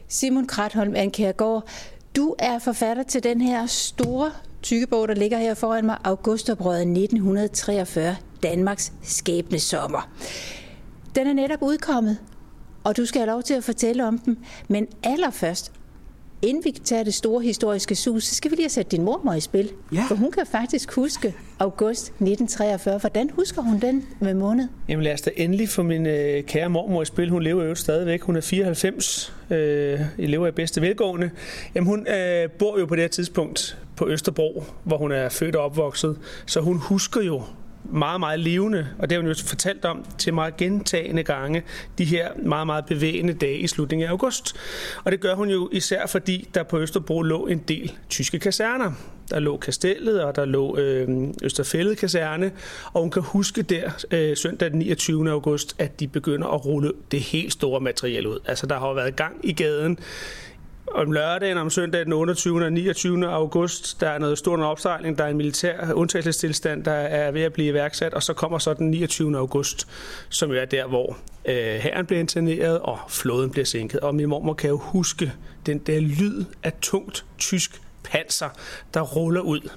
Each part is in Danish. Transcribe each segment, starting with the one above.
Simon Kratholm Ankergaard, du er forfatter til den her store tykke bog, der ligger her foran mig, Augustoprøret 1943, Danmarks skæbnesommer. Den er netop udkommet, og du skal have lov til at fortælle om den. Men allerførst, inden vi tager det store historiske sus, så skal vi lige have sat din mormor i spil. Ja. For hun kan faktisk huske august 1943. Hvordan husker hun den med måned? Jamen lad os da endelig få min kære mormor i spil. Hun lever jo stadigvæk. Hun er 94. Lever i bedste velgående. Jamen hun bor jo på det her tidspunkt på Østerbro, hvor hun er født og opvokset. Så hun husker jo meget, meget levende, og det har hun jo fortalt om til mig gentagende gange, de her meget, meget bevægende dage i slutningen af august. Og det gør hun jo især, fordi der på Østerbro lå en del tyske kaserner. Der lå Kastellet, og der lå Østerfællet kaserne, og hun kan huske der søndag den 29. august, at de begynder at rulle det helt store materiel ud. Altså der har jo været gang i gaden. Om lørdagen, om søndag den 28. og 29. august, der er noget stor opsejling, der er en militær undtagelsestilstand, der er ved at blive iværksat, og så kommer så den 29. august, som jo er der, hvor hæren bliver interneret, og flåden bliver sænket. Og min mormor kan jo huske den der lyd af tungt tysk panser, der ruller ud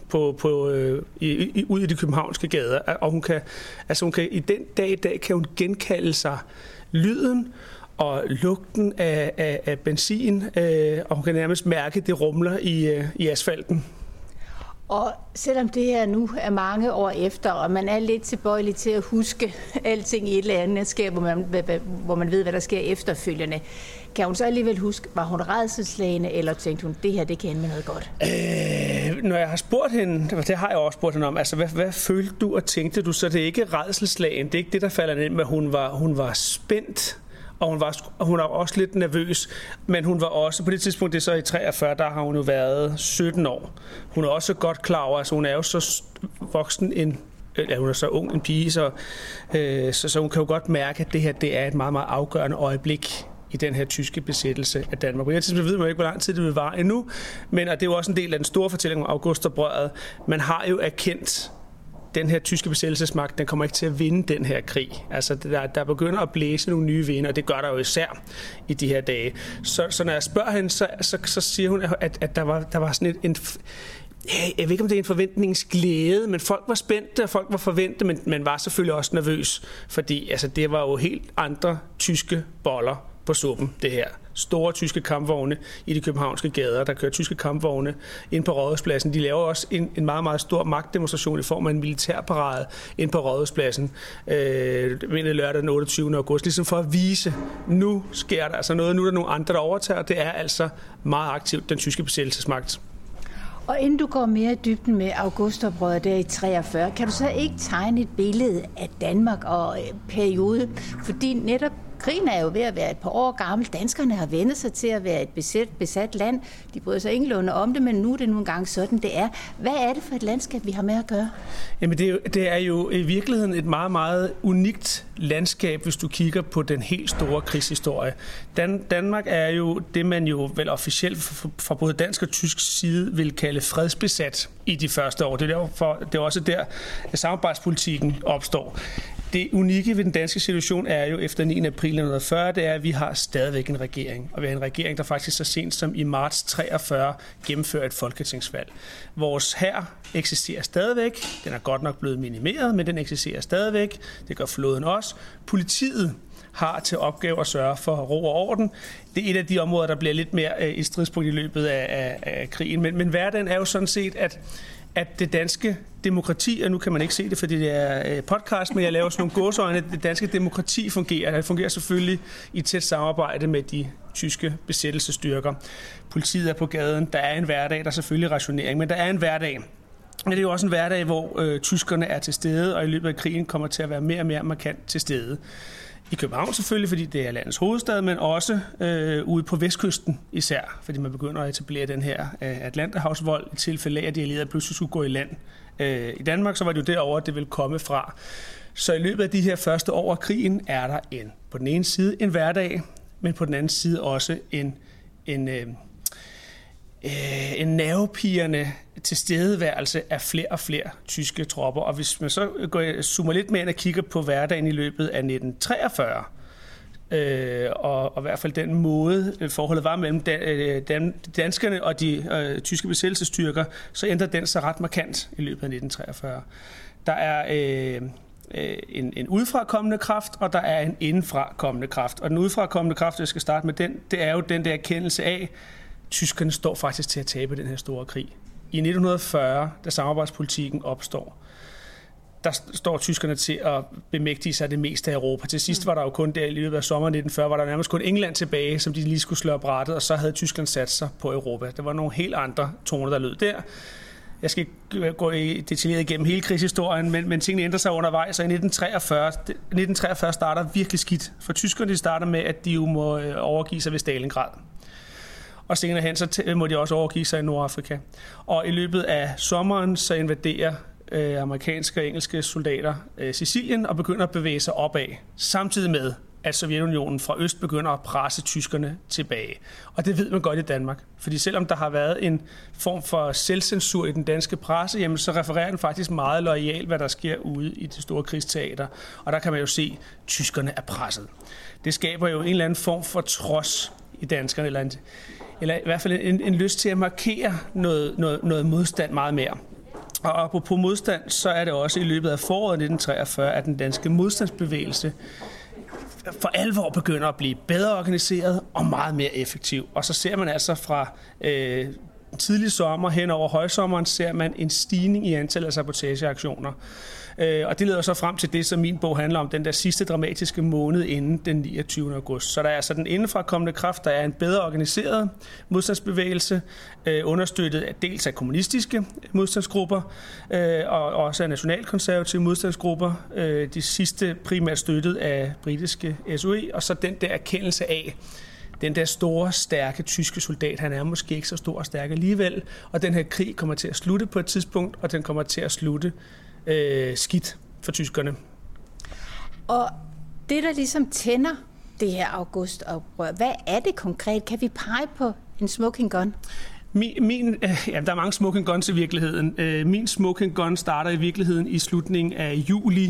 ud i de københavnske gader. Og hun kan i den dag i dag kan hun genkalde sig lyden og lugten af benzin, og hun kan nærmest mærke, det rumler i asfalten. Og selvom det her nu er mange år efter, og man er lidt tilbøjelig til at huske alting i et eller andet skab, hvor man ved, hvad der sker efterfølgende, kan hun så alligevel huske, var hun rædselsslagen, eller tænkte hun, det her, det kan ende med noget godt? Når jeg har spurgt hende, det har jeg også spurgt hende om, altså hvad følte du og tænkte du, så det er ikke rædselsslagen, det er ikke det, der falder ind, men hun var spændt. Og hun var også lidt nervøs, men hun var også, på det tidspunkt, det er så i 43, der har hun jo været 17 år. Hun er også godt klar over, altså hun er jo så voksen hun er så ung en pige, så hun kan jo godt mærke, at det her, det er et meget, meget afgørende øjeblik i den her tyske besættelse af Danmark. På det tidspunkt ved man ikke, hvor lang tid det vil vare endnu, men og det er jo også en del af den store fortælling om Augustoprøret. Man har jo erkendt, den her tyske besættelsesmagt, den kommer ikke til at vinde den her krig. Altså, der begynder at blæse nogle nye vinde, og det gør der jo især i de her dage. Så når jeg spørger hende, så siger hun, at der var sådan jeg ved ikke, om det er en forventningsglæde, men folk var spændte, og folk var forventede, men man var selvfølgelig også nervøs, fordi altså, det var jo helt andre tyske boller på suppen, det her. Store tyske kampvogne i de københavnske gader, der kører tyske kampvogne ind på Rådhuspladsen. De laver også en meget, meget stor magtdemonstration i form af en militærparade ind på Rådhuspladsen lørdag den 28. august, ligesom for at vise, nu sker der altså noget, nu er der nogle andre, der overtager, det er altså meget aktivt, den tyske besættelsesmagt. Og inden du går mere i dybden med Augustoprøret der i 43, kan du så ikke tegne et billede af Danmark og periode? Fordi netop krigen er jo ved at være et par år gammel. Danskerne har vendt sig til at være et besat land. De bryder sig ingenlunde om det, men nu er det nogle gange sådan, det er. Hvad er det for et landskab, vi har med at gøre? Jamen det er jo i virkeligheden et meget, meget unikt landskab, hvis du kigger på den helt store krigshistorie. Danmark er jo det, man jo vel officielt fra både dansk og tysk side vil kalde fredsbesat i de første år. Det er også der, at samarbejdspolitikken opstår. Det unikke ved den danske situation er jo efter 9. april 1940, det er, at vi har stadigvæk en regering. Og vi har en regering, der faktisk så sent som i marts 43 gennemfører et folketingsvalg. Vores hær eksisterer stadigvæk. Den er godt nok blevet minimeret, men den eksisterer stadigvæk. Det gør flåden også. Politiet har til opgave at sørge for ro og orden. Det er et af de områder, der bliver lidt mere i stridspunkt i løbet af krigen. Men hverdagen er jo sådan set, at det danske demokrati, og nu kan man ikke se det, fordi det er podcast, men jeg laver sådan nogle gåseøjne, det danske demokrati fungerer. Det fungerer selvfølgelig i tæt samarbejde med de tyske besættelsesstyrker. Politiet er på gaden, der er en hverdag, der er selvfølgelig rationering, men der er en hverdag. Men det er jo også en hverdag, hvor tyskerne er til stede, og i løbet af krigen kommer til at være mere og mere markant til stede. I København selvfølgelig, fordi det er landets hovedstad, men også ude på vestkysten især, fordi man begynder at etablere den her Atlanterhavsvold i tilfælde af, at de allierede pludselig skulle gå i land. I Danmark så var det jo derovre, det ville komme fra. Så i løbet af de her første år af krigen er der på den ene side en hverdag, men på den anden side også en nervepirrende tilstedeværelse af flere og flere tyske tropper. Og hvis man så zoomer lidt mere ind og kigger på hverdagen i løbet af 1943, og i hvert fald den måde forholdet var mellem danskerne og de tyske besættelsesstyrker, så ændrede den sig ret markant i løbet af 1943. Der er en udefrakommende kraft, og der er en indenfrakommende kraft. Og den udefrakommende kraft, jeg skal starte med den, det er jo den der erkendelse af, at tyskerne står faktisk til at tabe den her store krig. I 1940, da samarbejdspolitikken opstår, der står tyskerne til at bemægtige sig det meste af Europa. Til sidst var der jo kun der i løbet af sommeren 1940, var der nærmest kun England tilbage, som de lige skulle slå brættet, og så havde Tyskland sat sig på Europa. Der var nogle helt andre toner, der lød der. Jeg skal ikke gå detaljeret igennem hele krigshistorien, men tingene ændrer sig undervejs, og i 1943 starter virkelig skidt. For tyskerne starter med, at de jo må overgive sig ved Stalingrad. Og senere hen, så må de også overgive sig i Nordafrika. Og i løbet af sommeren, så invaderer amerikanske og engelske soldater Sicilien og begynder at bevæge sig opad, samtidig med, at Sovjetunionen fra øst begynder at presse tyskerne tilbage. Og det ved man godt i Danmark, fordi selvom der har været en form for selvcensur i den danske presse, jamen så refererer den faktisk meget loyalt, hvad der sker ude i det store krigsteater. Og der kan man jo se, at tyskerne er presset. Det skaber jo en eller anden form for trods i danskerne, eller i hvert fald en lyst til at markere noget modstand meget mere. Og apropos modstand, så er det også i løbet af foråret 1943, at den danske modstandsbevægelse for alvor begynder at blive bedre organiseret og meget mere effektiv. Og så ser man altså fra tidlig sommer hen over højsommeren, ser man en stigning i antallet af sabotageaktioner. Og det leder så frem til det, som min bog handler om, den der sidste dramatiske måned inden den 29. august. Så der er altså den indenfrakommende kraft, der er en bedre organiseret modstandsbevægelse, understøttet af dels af kommunistiske modstandsgrupper, og også af nationalkonservative modstandsgrupper, de sidste primært støttet af britiske SOE, og så den der erkendelse af, den der store, stærke tyske soldat, han er måske ikke så stor og stærk alligevel, og den her krig kommer til at slutte på et tidspunkt, og den kommer til at slutte skidt for tyskerne. Og det, der ligesom tænder det her augustoprør, hvad er det konkret? Kan vi pege på en smoking gun? Der er mange smoking guns i virkeligheden. Min smoking gun starter i virkeligheden i slutningen af juli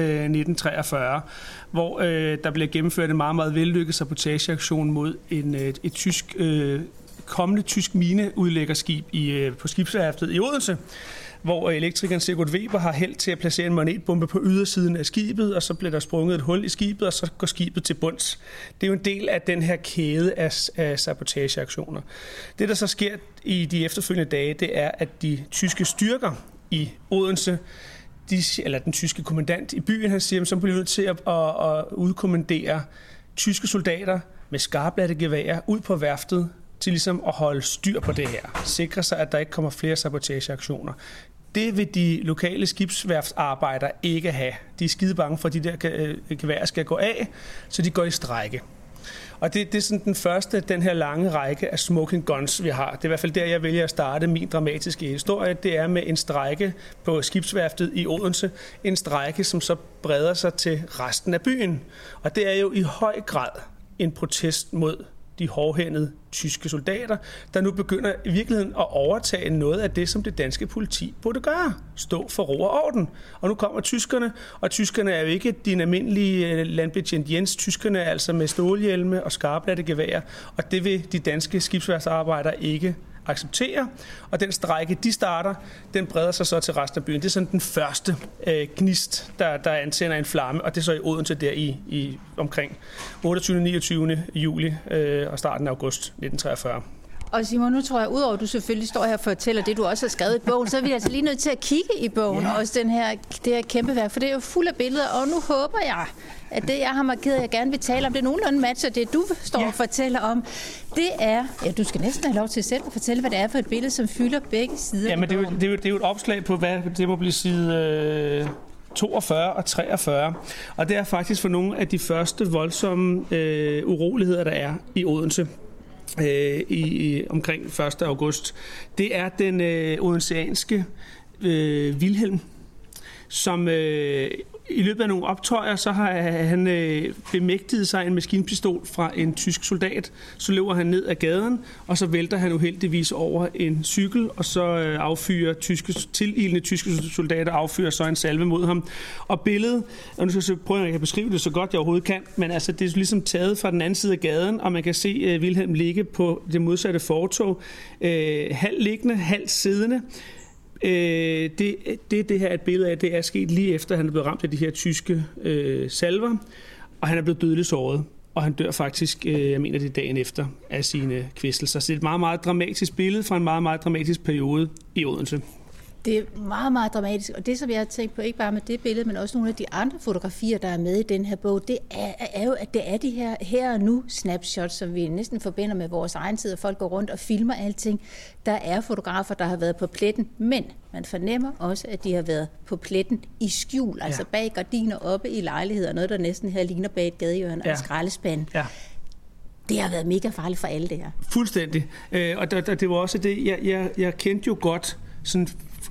1943, hvor der bliver gennemført en meget, meget vellykket sabotageaktion mod et tysk, kommende tysk mineudlæggerskib på skibsværftet i Odense, hvor elektrikeren Sigurd Weber har held til at placere en magnetbombe på ydersiden af skibet, og så bliver der sprunget et hul i skibet, og så går skibet til bunds. Det er jo en del af den her kæde af sabotageaktioner. Det, der så sker i de efterfølgende dage, det er, at de tyske styrker i Odense, eller den tyske kommandant i byen, han siger, så bliver nødt til at udkommandere tyske soldater med skarpladte geværer ud på værftet, til ligesom at holde styr på det her. Sikre sig, at der ikke kommer flere sabotageaktioner. Det vil de lokale skibsværftsarbejdere ikke have. De er skide bange for, at de der geværer skal gå af, så de går i strejke. Og det er sådan den første, den her lange række af smoking guns, vi har. Det er i hvert fald der, jeg vælger at starte min dramatiske historie. Det er med en strejke på skibsværftet i Odense. En strejke, som så breder sig til resten af byen. Og det er jo i høj grad en protest mod de hårdhændede tyske soldater, der nu begynder i virkeligheden at overtage noget af det, som det danske politi burde gøre. Stå for ro og orden. Og nu kommer tyskerne, og tyskerne er jo ikke din almindelige landbetjent Jens. Tyskerne er altså med stålhjelme og skarpladte geværer, og det vil de danske skibsværftsarbejdere ikke acceptere. Og den strejke, de starter, den breder sig så til resten af byen. Det er sådan den første gnist, der antænder en flamme, og det er så i Odense der i omkring 28. 29. juli og starten af august 1943. Og Simon, nu tror jeg, udover at du selvfølgelig står her og fortæller det, du også har skrevet i bogen, så er vi altså lige nødt til at kigge i bogen, også det her kæmpe værk, for det er jo fuld af billeder, og nu håber jeg, at det, jeg har markeret, jeg gerne vil tale om, det er nogenlunde matcher det, du står og fortæller om. Det er, du skal næsten have lov til selv at fortælle, hvad det er for et billede, som fylder begge sider. Jamen, det er jo et opslag på, hvad det må blive side 42 og 43, og det er faktisk for nogle af de første voldsomme uroligheder, der er i Odense. Omkring 1. august. Det er den odenseanske Wilhelm, som i løbet af nogle optøjer, så har han bemægtiget sig en maskinpistol fra en tysk soldat. Så løber han ned ad gaden, og så vælter han uheldigvis over en cykel, og så affyrer tililende tyske soldater affyrer så en salve mod ham. Og billedet, og nu skal jeg prøve, at jeg kan beskrive det så godt jeg overhovedet kan, men altså det er ligesom taget fra den anden side af gaden, og man kan se Wilhelm ligge på det modsatte fortov, halvt liggende, halvt siddende. Det her er et billede af, det er sket lige efter, at han er blevet ramt af de her tyske salver, og han er blevet dødeligt såret, og han dør faktisk, jeg mener det er dagen efter, af sine kvæstelser. Så det er et meget, meget dramatisk billede fra en meget, meget dramatisk periode i Odense. Det er meget, meget dramatisk, og det, som jeg har tænkt på, ikke bare med det billede, men også nogle af de andre fotografier, der er med i den her bog, det er jo, at det er de her og nu snapshots, som vi næsten forbinder med vores egen tid, og folk går rundt og filmer alting. Der er fotografer, der har været på pletten, men man fornemmer også, at de har været på pletten i skjul, altså bag gardiner oppe i lejligheder, noget, der næsten her ligner bag et gadehjørne og skraldespand. Ja. Det har været mega farligt for alle det her. Fuldstændig. Og det var også det, jeg kendte jo godt sådan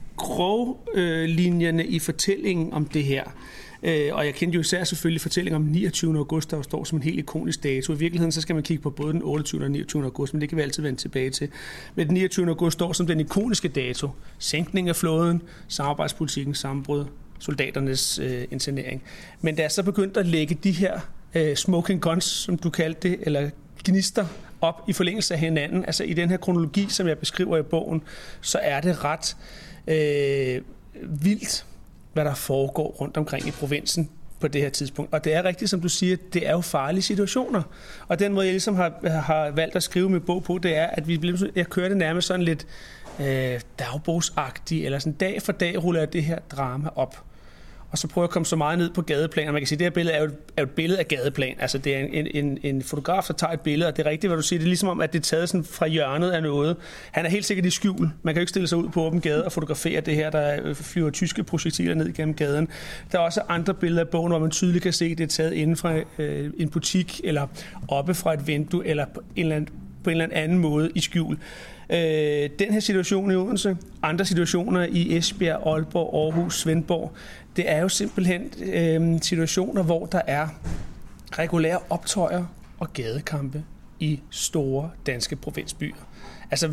grovlinjerne i fortællingen om det her. Og jeg kendte jo især selvfølgelig fortællingen om 29. august, der står som en helt ikonisk dato. I virkeligheden så skal man kigge på både den 28. og 29. august, men det kan vi altid vende tilbage til. Men den 29. august står som den ikoniske dato. Sænkning af flåden, samarbejdspolitikken, sammenbrud, soldaternes internering. Men da jeg så begyndte at lægge de her smoking guns, som du kaldte det, eller gnister op i forlængelse af hinanden, altså i den her kronologi, som jeg beskriver i bogen, så er det ret vildt, hvad der foregår rundt omkring i provinsen på det her tidspunkt. Og det er rigtigt, som du siger, det er jo farlige situationer. Og den måde, jeg ligesom har valgt at skrive min bog på, det er, at jeg kører det nærmest sådan lidt dagbogsagtigt, eller sådan dag for dag ruller jeg det her drama op. Og så prøver jeg at komme så meget ned på gadeplan, og man kan sige, at det her billede er jo et billede af gadeplan. Altså det er en fotograf, der tager et billede, og det er rigtigt, hvad du siger. Det er ligesom om, at det er taget sådan fra hjørnet af noget. Han er helt sikkert i skjul. Man kan jo ikke stille sig ud på åben gade og fotografere det her, der flyver tyske projektiler ned gennem gaden. Der er også andre billeder af bogen, hvor man tydeligt kan se, at det er taget inden fra en butik, eller oppe fra et vindue, eller på en eller anden måde i skjul. Den her situation i Odense, andre situationer i Esbjerg, Aalborg, Aarhus, Svendborg, det er jo simpelthen situationer, hvor der er regulære optøjer og gadekampe i store danske provinsbyer. Altså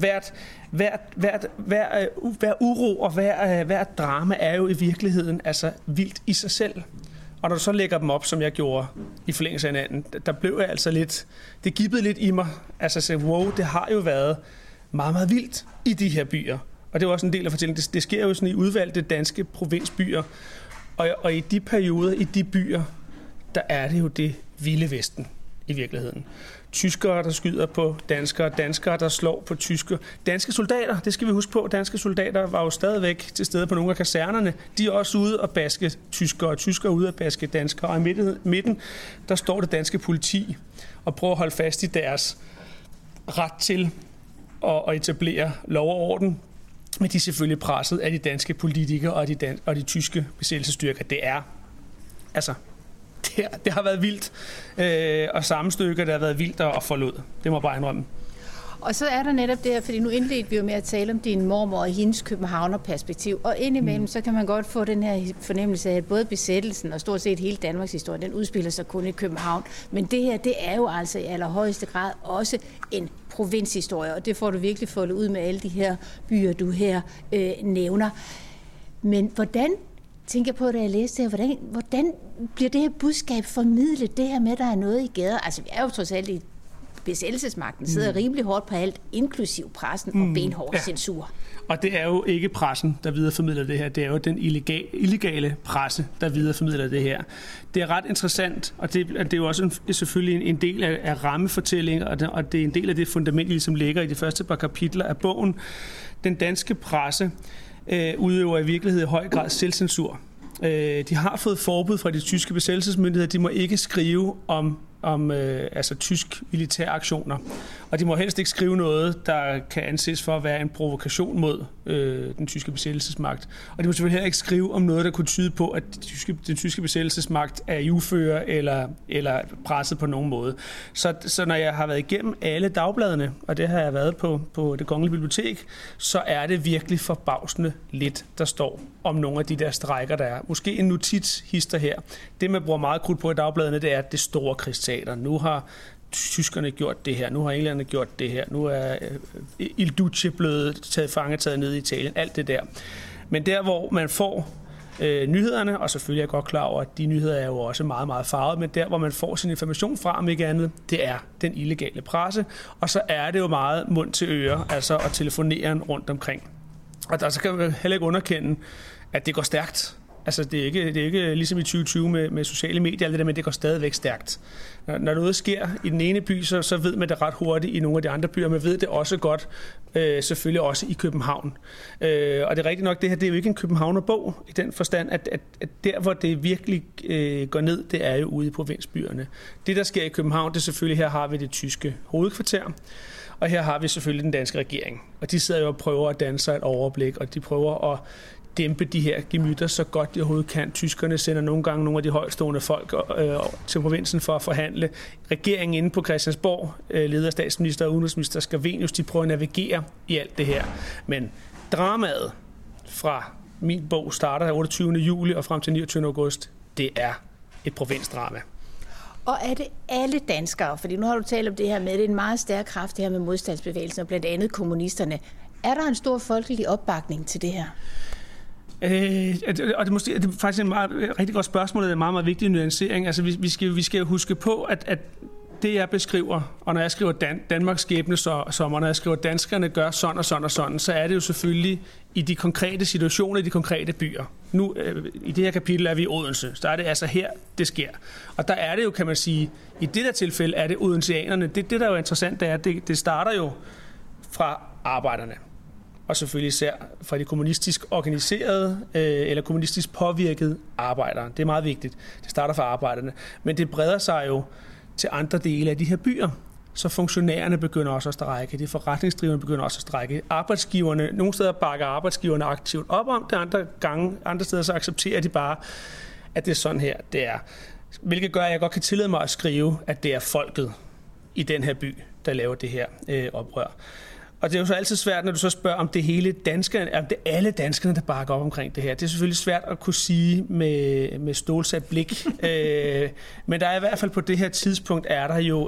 hver uro og hver drama er jo i virkeligheden altså vildt i sig selv. Og når du så lægger dem op, som jeg gjorde i forlængelse af hinanden, der blev jeg altså lidt, det gibbede lidt i mig. Altså at sige, wow, det har jo været meget, meget vildt i de her byer. Og det er også en del af fortællingen. Det sker jo sådan i udvalgte danske provinsbyer. Og i de perioder, i de byer, der er det jo det vilde vesten i virkeligheden. Tyskere, der skyder på danskere, danskere, der slår på tyskere. Danske soldater, det skal vi huske på, danske soldater var jo stadigvæk til stede på nogle af kasernerne. De er også ude at baske tyskere, og tyskere ude at baske danskere. Og i midten, der står det danske politi og prøver at holde fast i deres ret til at etablere lov og orden. Men de er selvfølgelig presset af de danske politikere og de tyske besættelsesstyrker. Det er, altså, det har været vildt, og sammenstykker, det har været vildt at forlod. Det må jeg bare indrømme. Og så er der netop det her, fordi nu indledte vi jo med at tale om din mormor og hendes københavnerperspektiv, og indimellem så kan man godt få den her fornemmelse af, at både besættelsen og stort set hele Danmarks historie, den udspiller sig kun i København. Men det her, det er jo altså i allerhøjeste grad også en provinshistorie, og det får du virkelig foldet ud med alle de her byer, du her nævner. Men hvordan, tænker jeg på, da jeg læste det her, hvordan bliver det her budskab formidlet, det her med, at der er noget i gader? Altså, vi er jo trods alt i besættelsesmagten, sidder rimelig hårdt på alt, inklusiv pressen og benhård censur. Og det er jo ikke pressen, der videreformidler det her. Det er jo den illegale presse, der videreformidler det her. Det er ret interessant, og det er jo også selvfølgelig en del af rammefortællingen, og det er en del af det fundament, som ligger i de første par kapitler af bogen. Den danske presse udøver i virkeligheden i høj grad selvcensur. De har fået forbud fra de tyske besættelsesmyndigheder. De må ikke skrive om om tysk militæraktioner. Og de må helst ikke skrive noget, der kan anses for at være en provokation mod den tyske besættelsesmagt. Og de må selvfølgelig heller ikke skrive om noget, der kunne tyde på, at den tyske besættelsesmagt er i uføre eller presset på nogen måde. Så når jeg har været igennem alle dagbladene, og det har jeg været på Det Kongelige Bibliotek, så er det virkelig forbavsende lidt, der står om nogle af de der strejker, der er. Måske en notitshister her. Det, man bruger meget krudt på i dagbladene, det er det store krigsteater. Nu har tyskerne gjort det her, nu har englænderne gjort det her, nu er Il Duce blevet taget ned i Italien, alt det der. Men der, hvor man får nyhederne, og selvfølgelig er jeg godt klar over, at de nyheder er jo også meget, meget farvet, men der, hvor man får sin information fra, om ikke andet, det er den illegale presse, og så er det jo meget mund til øre, altså at telefonere rundt omkring. Og der så kan man heller ikke underkende, at det går stærkt. Altså, det er ikke ligesom i 2020 med sociale medier, alt det der, men det går stadigvæk stærkt. Når noget sker i den ene by, så ved man det ret hurtigt i nogle af de andre byer. Man ved det også godt, selvfølgelig også i København. Og det er rigtigt nok, det her det er jo ikke en københavnerbog i den forstand, at der, hvor det virkelig går ned, det er jo ude i provinsbyerne. Det, der sker i København, det er selvfølgelig, her har vi det tyske hovedkvarter, og her har vi selvfølgelig den danske regering. Og de sidder jo og prøver at danne sig et overblik, og de prøver at dæmpe de her gemytter så godt de overhovedet kan. Tyskerne sender nogle gange nogle af de højtstående folk til provinsen for at forhandle. Regeringen inde på Christiansborg, leder statsminister og udenrigsminister Scavenius, de prøver at navigere i alt det her. Men dramaet fra min bog starter 28. juli og frem til 29. august, det er et provinsdrama. Og er det alle danskere, fordi nu har du talt om det her med, det er en meget stærk kraft, det her med modstandsbevægelsen og blandt andet kommunisterne. Er der en stor folkelig opbakning til det her? Og det er faktisk et rigtig godt spørgsmål, det er en meget, meget vigtig nuancering. Altså, vi skal jo huske på, at det, jeg beskriver, og når jeg skriver Danmarks skæbnesommer, når jeg skriver danskerne gør sådan og sådan og sådan, så er det jo selvfølgelig i de konkrete situationer, i de konkrete byer. Nu, i det her kapitel er vi i Odense, så er det altså her, det sker. Og der er det jo, kan man sige, i det der tilfælde er det odenseanerne. Det der jo er interessant, det er, at det starter jo fra arbejderne. Og selvfølgelig især fra de kommunistisk organiserede eller kommunistisk påvirkede arbejdere. Det er meget vigtigt. Det starter fra arbejderne. Men det breder sig jo til andre dele af de her byer. Så funktionærerne begynder også at strejke. De forretningsdrivende begynder også at strejke. Arbejdsgiverne, nogle steder bakker arbejdsgiverne aktivt op om det. Andre steder så accepterer de bare, at det er sådan her, det er. Hvilket gør, at jeg godt kan tillade mig at skrive, at det er folket i den her by, der laver det her oprør. Og det er jo så altid svært, når du så spørger, om det hele danskerne, om det er alle danskerne, der bakker op omkring det her. Det er selvfølgelig svært at kunne sige med stålsat blik. Men der er i hvert fald på det her tidspunkt, er der jo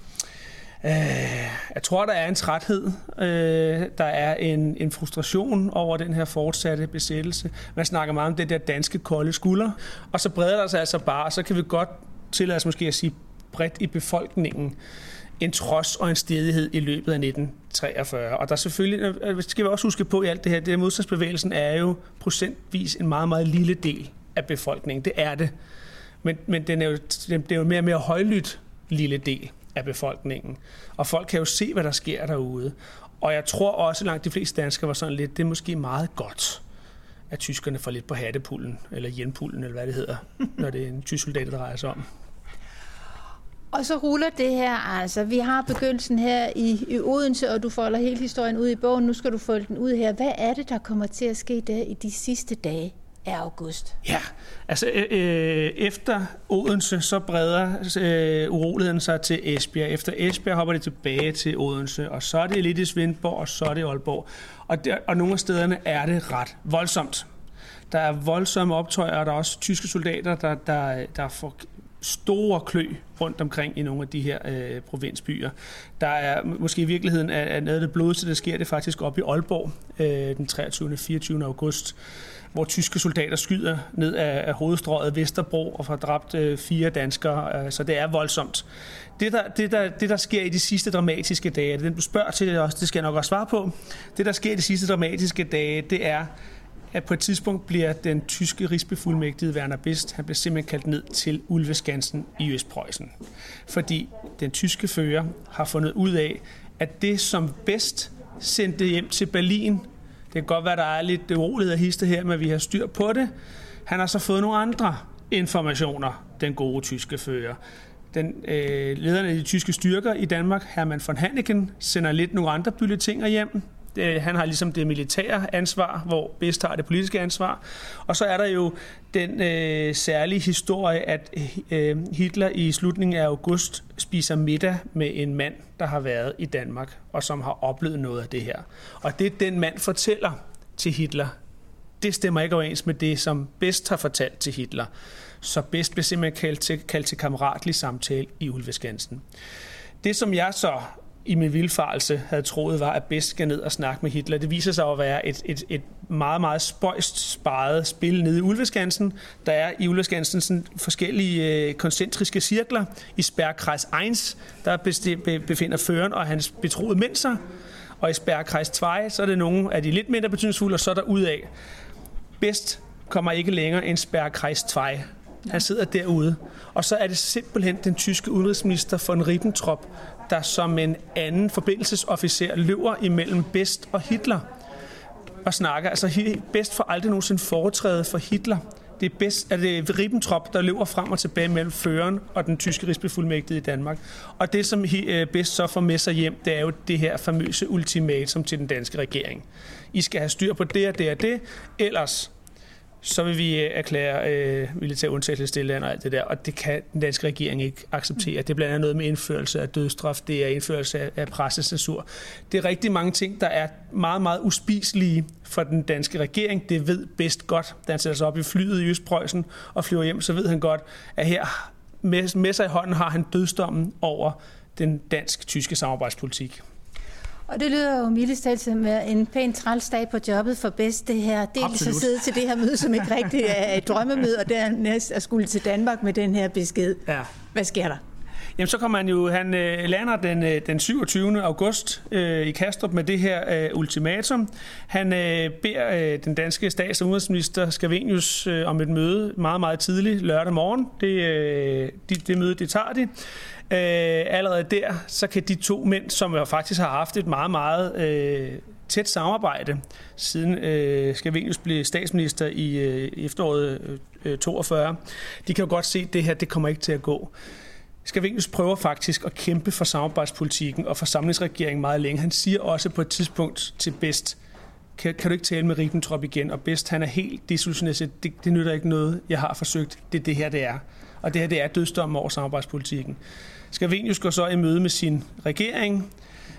jeg tror, der er en træthed. Der er en frustration over den her fortsatte besættelse. Man snakker meget om det der danske kolde skulder. Og så breder der sig altså bare, og så kan vi godt tillade os måske at sige bredt i befolkningen, en trods og en stedighed i løbet af 1943. Og der selvfølgelig, skal vi også huske på i alt det her, det modstandsbevægelsen er jo procentvis en meget, meget lille del af befolkningen. Det er det. Men det er jo mere og mere højlydt lille del af befolkningen. Og folk kan jo se, hvad der sker derude. Og jeg tror også, langt de fleste danskere var sådan lidt, det er måske meget godt, at tyskerne får lidt på hattepullen, eller hjelmpullen, eller hvad det hedder, når det er en tysk soldat, der drejer sig om. Og så ruller det her, altså. Vi har begyndelsen her i Odense, og du folder hele historien ud i bogen. Nu skal du folde den ud her. Hvad er det, der kommer til at ske der i de sidste dage af august? Ja, altså efter Odense, så breder uroligheden sig til Esbjerg. Efter Esbjerg hopper det tilbage til Odense, og så er det lidt i Svendborg, og så er det Aalborg. Og nogle af stederne er det ret voldsomt. Der er voldsomme optøjer, og der er også tyske soldater, der får store klø rundt omkring i nogle af de her provinsbyer. Der er måske i virkeligheden at noget af det blodigste, der sker, det faktisk op i Aalborg den 23. og 24. august, hvor tyske soldater skyder ned af hovedstrøget Vesterbro og får dræbt 4 danskere. Så det er voldsomt. Det, der sker i de sidste dramatiske dage, det den du spørger til, det skal jeg nok også svare på. Det, der sker i de sidste dramatiske dage, det er, at på et tidspunkt bliver den tyske rigsbefuldmægtigede Werner Best, han bliver simpelthen kaldt ned til Ulveskansen i Østpreussen. Fordi den tyske fører har fundet ud af, at det som Best sendte hjem til Berlin, det kan godt være, der er lidt urolighed og histe her, men vi har styr på det. Han har så fået nogle andre informationer, den gode tyske fører. lederen af de tyske styrker i Danmark, Hermann von Hanneken, sender lidt nogle andre bulletiner hjem. Han har ligesom det militære ansvar, hvor Best har det politiske ansvar. Og så er der jo den særlige historie, at Hitler i slutningen af august spiser middag med en mand, der har været i Danmark, og som har oplevet noget af det her. Og det den mand fortæller til Hitler, det stemmer ikke overens med det, som Best har fortalt til Hitler. Så Best blev simpelthen kaldt til kammeratlig samtale i Ulveskansen. Det, som jeg så i min vildfarelse havde troet, var, at Best skal ned og snakke med Hitler. Det viser sig at være et meget, meget spøjst sparet spil nede i Ulveskansen. Der er i Ulveskansen sådan forskellige koncentriske cirkler. I Sperrkreis 1, der befinder føreren og hans betroede mænd sig. Og i Sperrkreis 2, så er det nogle af de lidt mindre betydningsfulde, og så er der udad. Best kommer ikke længere end Sperrkreis 2. Han sidder derude. Og så er det simpelthen den tyske udenrigsminister von Ribbentrop, der som en anden forbindelsesofficer løber imellem Best og Hitler og snakker. Altså Best får aldrig nogensinde foretræde for Hitler. Det er Ribbentrop, der løber frem og tilbage mellem føreren og den tyske rigsbefuldmægtige i Danmark. Og det, som Best så får med sig hjem, det er jo det her famøse ultimatum til den danske regering. I skal have styr på det og det og det, ellers så vil vi erklære militær undtagelsestilstand og alt det der, og det kan den danske regering ikke acceptere. Det er blandt andet noget med indførelse af dødsstraf, det er indførelse af pressecensur. Det er rigtig mange ting, der er meget, meget uspiselige for den danske regering. Det ved Best godt, da han sætter sig op i flyet i Østpreussen og flyver hjem, så ved han godt, at her med sig i hånden har han dødsdommen over den dansk-tyske samarbejdspolitik. Og det lyder jo mildest talt som en pæn træls dag på jobbet for Best, det her. Dels at sidde til det her møde, som ikke rigtig er et drømmemøde, og dernæst at skulle til Danmark med den her besked. Ja. Hvad sker der? Jamen så kommer han lander den 27. august i Kastrup med det her ultimatum. Han beder den danske stats- og udenrigsminister Scavenius om et møde meget, meget tidligt lørdag morgen. Det møde, det tager de. Allerede der, så kan de to mænd, som jo faktisk har haft et meget, meget tæt samarbejde, siden Scavenius blev statsminister i efteråret 42, de kan jo godt se, at det her, det kommer ikke til at gå. Scavenius prøver faktisk at kæmpe for samarbejdspolitikken og for samlingsregeringen meget længe. Han siger også på et tidspunkt til Best, kan du ikke tale med Ribbentrop igen? Og Best, han er helt desillusioneret. Det nytter ikke noget, jeg har forsøgt. Det her, det er. Og det her, det er dødsdommen over samarbejdspolitikken. Scavenius går så i møde med sin regering,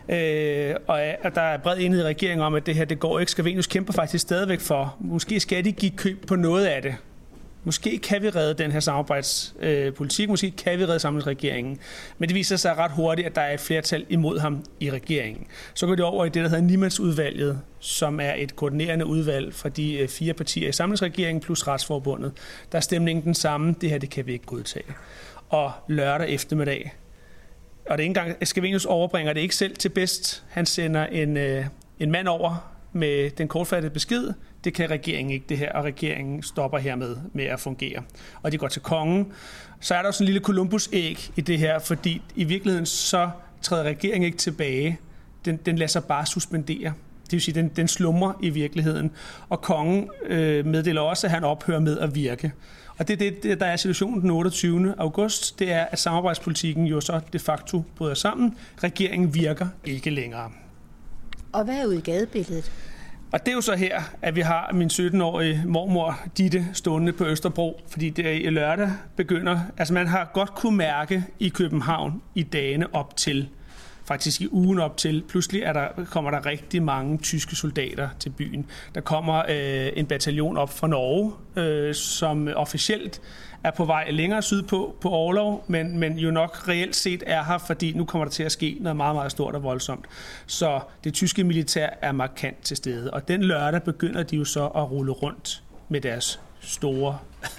og der er bred enighed i regeringen om, at det her, det går ikke. Scavenius kæmper faktisk stadigvæk for, måske skal de give køb på noget af det. Måske kan vi redde den her samarbejdspolitik, måske kan vi redde samlingsregeringen. Men det viser sig ret hurtigt, at der er et flertal imod ham i regeringen. Så går det over i det, der hedder Niemandsudvalget, som er et koordinerende udvalg fra de 4 partier i samlingsregeringen plus Retsforbundet. Der er stemningen den samme, det her det kan vi ikke godtage. Og lørdag eftermiddag, og det er ikke engang, Scavenius overbringer det ikke selv til Best. Han sender en mand over med den kortfattede besked. Det kan regeringen ikke, det her, og regeringen stopper hermed med at fungere. Og de går til kongen. Så er der sådan en lille Columbus-æg i det her, fordi i virkeligheden så træder regeringen ikke tilbage. Den lader sig bare suspendere. Det vil sige, den slumrer i virkeligheden. Og kongen meddeler også, at han ophører med at virke. Og det er det, der er situationen den 28. august. Det er, at samarbejdspolitikken jo så de facto bryder sammen. Regeringen virker ikke længere. Og hvad er ude i gadebilledet? Og det er jo så her, at vi har min 17-årige mormor Ditte stående på Østerbro, fordi det i lørdag begynder. Altså man har godt kunne mærke i København i dagene op til, faktisk i ugen op til, pludselig kommer der rigtig mange tyske soldater til byen. Der kommer en bataljon op fra Norge, som officielt er på vej længere sydpå på orlov, men jo nok reelt set er her, fordi nu kommer der til at ske noget meget, meget stort og voldsomt. Så det tyske militær er markant til stede, og den lørdag begynder de jo så at rulle rundt med deres store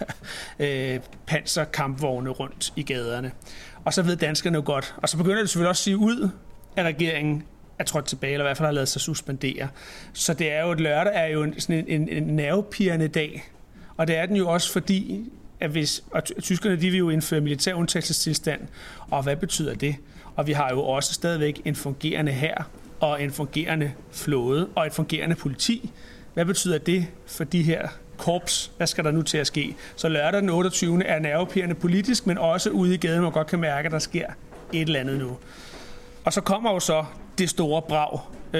panserkampvogne rundt i gaderne. Og så ved danskerne jo godt, og så begynder det selvfølgelig også at sige ud, at regeringen er trådt tilbage, eller i hvert fald har ladet sig suspendere. Så det er jo, et lørdag er jo en nervepirrende dag, og det er den jo også fordi, at tyskerne de vil jo indføre militær undtagelsestilstand, og hvad betyder det? Og vi har jo også stadigvæk en fungerende hær, og en fungerende flåde, og et fungerende politi. Hvad betyder det for de her korps. Hvad skal der nu til at ske? Så lørdag den 28. er nervepirrende politisk, men også ude i gaden, man godt kan mærke, at der sker et eller andet nu. Og så kommer jo så det store brag.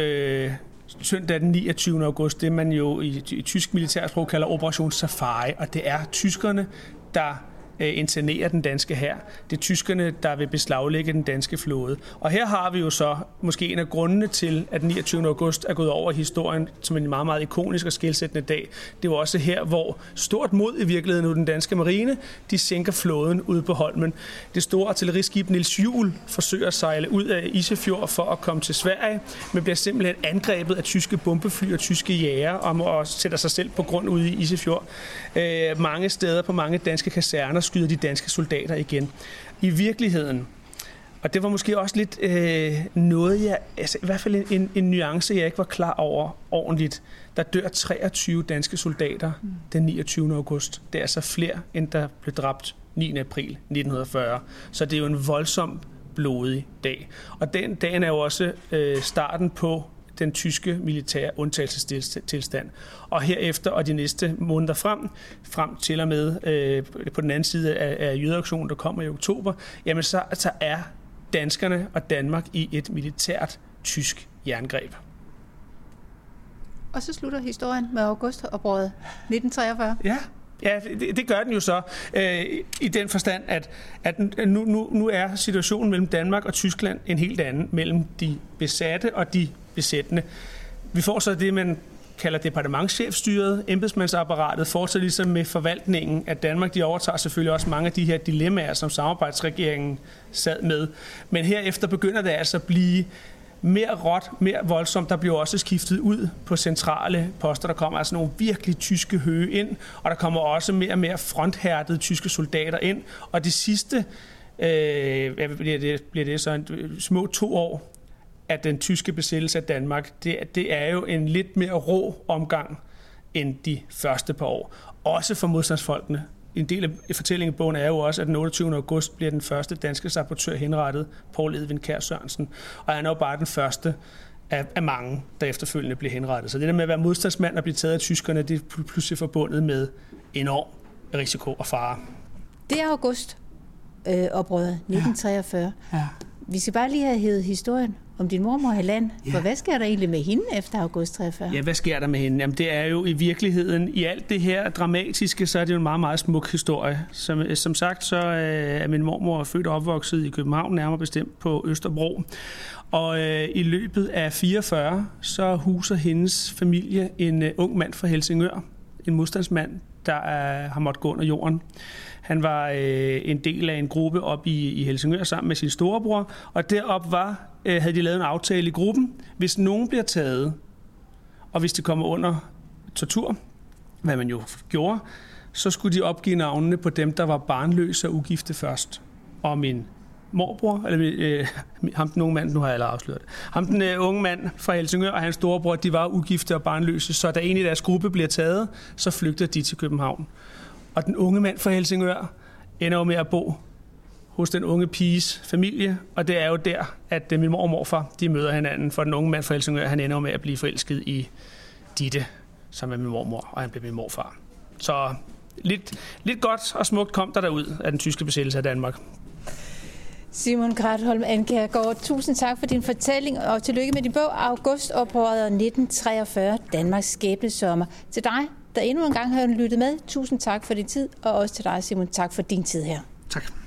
Søndag den 29. august, det man jo i tysk militærsprog kalder Operation Safari, og det er tyskerne, der internerer den danske hær. Det er tyskerne, der vil beslaglægge den danske flåde. Og her har vi jo så måske en af grundene til, at den 29. august er gået over i historien som en meget, meget ikonisk og skelsættende dag. Det er jo også her, hvor stort mod i virkeligheden nu den danske marine, de sænker flåden ude på Holmen. Det store artilleriskib Niels Juel forsøger at sejle ud af Isefjord for at komme til Sverige, men bliver simpelthen angrebet af tyske bombefly og tyske jæger om at sætte sig selv på grund ude i Isefjord. Mange steder på mange danske kaserner skyder de danske soldater igen. I virkeligheden, og det var måske også lidt noget, i hvert fald en nuance, jeg ikke var klar over ordentligt. Der dør 23 danske soldater den 29. august. Det er altså flere, end der blev dræbt 9. april 1940. Så det er jo en voldsom blodig dag. Og den dagen er jo også starten på den tyske militære undtagelsestilstand. Og herefter og de næste måneder frem til og med på den anden side af jødeaktionen, der kommer i oktober, jamen så er danskerne og Danmark i et militært tysk jerngreb. Og så slutter historien med augustoprøret 1943. Ja, det gør den jo så i den forstand, at nu er situationen mellem Danmark og Tyskland en helt anden, mellem de besatte og de besættende. Vi får så det, man kalder departementschefstyret, embedsmandsapparatet, fortsætter ligesom med forvaltningen af Danmark. De overtager selvfølgelig også mange af de her dilemmaer, som samarbejdsregeringen sad med. Men herefter begynder det altså at blive mere råt, mere voldsomt. Der bliver også skiftet ud på centrale poster. Der kommer altså nogle virkelig tyske høge ind, og der kommer også mere og mere fronthærdede tyske soldater ind. Og det sidste, bliver det så små 2 år, at den tyske besættelse af Danmark, det er jo en lidt mere rå omgang end de første par år. Også for modstandsfolkene. En del af fortællingen i bogen er jo også, at den 28. august bliver den første danske sabotør henrettet, Poul Edvin Kjær Sørensen. Og han er jo bare den første af mange, der efterfølgende bliver henrettet. Så det der med at være modstandsmand og blive taget af tyskerne, det er pludselig forbundet med enorm risiko og fare. Det er augustoprøret 1943. Ja. Vi skal bare lige have hævet historien om din mormor i land. Ja. For hvad sker der egentlig med hende efter august 43? Ja, hvad sker der med hende? Jamen, det er jo i virkeligheden, i alt det her dramatiske, så er det jo en meget, meget smuk historie. Som sagt, så er min mormor født og opvokset i København, nærmere bestemt på Østerbro. Og i løbet af 44, så huser hendes familie en ung mand fra Helsingør. En modstandsmand, der har måttet gå under jorden. Han var en del af en gruppe op i Helsingør sammen med sin storebror, og derop havde de lavet en aftale i gruppen. Hvis nogen bliver taget, og hvis de kommer under tortur, hvad man jo gjorde, så skulle de opgive navnene på dem, der var barnløse og ugifte først. Og min morbror, eller ham den unge mand, nu har jeg allerede afsløret det, ham den unge mand fra Helsingør og hans storebror, de var ugifte og barnløse, så da en i deres gruppe bliver taget, så flygter de til København. Og den unge mand fra Helsingør ender jo med at bo hos den unge piges familie, og det er jo der, at min mor og morfar, de møder hinanden, for den unge mand fra Helsingør, han ender jo med at blive forelsket i Ditte, som er min mormor, og han bliver min morfar. Så lidt godt og smukt kom der derud af den tyske besættelse af Danmark. Simon Kratholm Ankjærgaard, tusind tak for din fortælling, og tillykke med din bog, Augustoprøret 1943, Danmarks skæbnesommer. Til dig, der endnu en gang har lyttet med, tusind tak for din tid, og også til dig, Simon, tak for din tid her. Tak.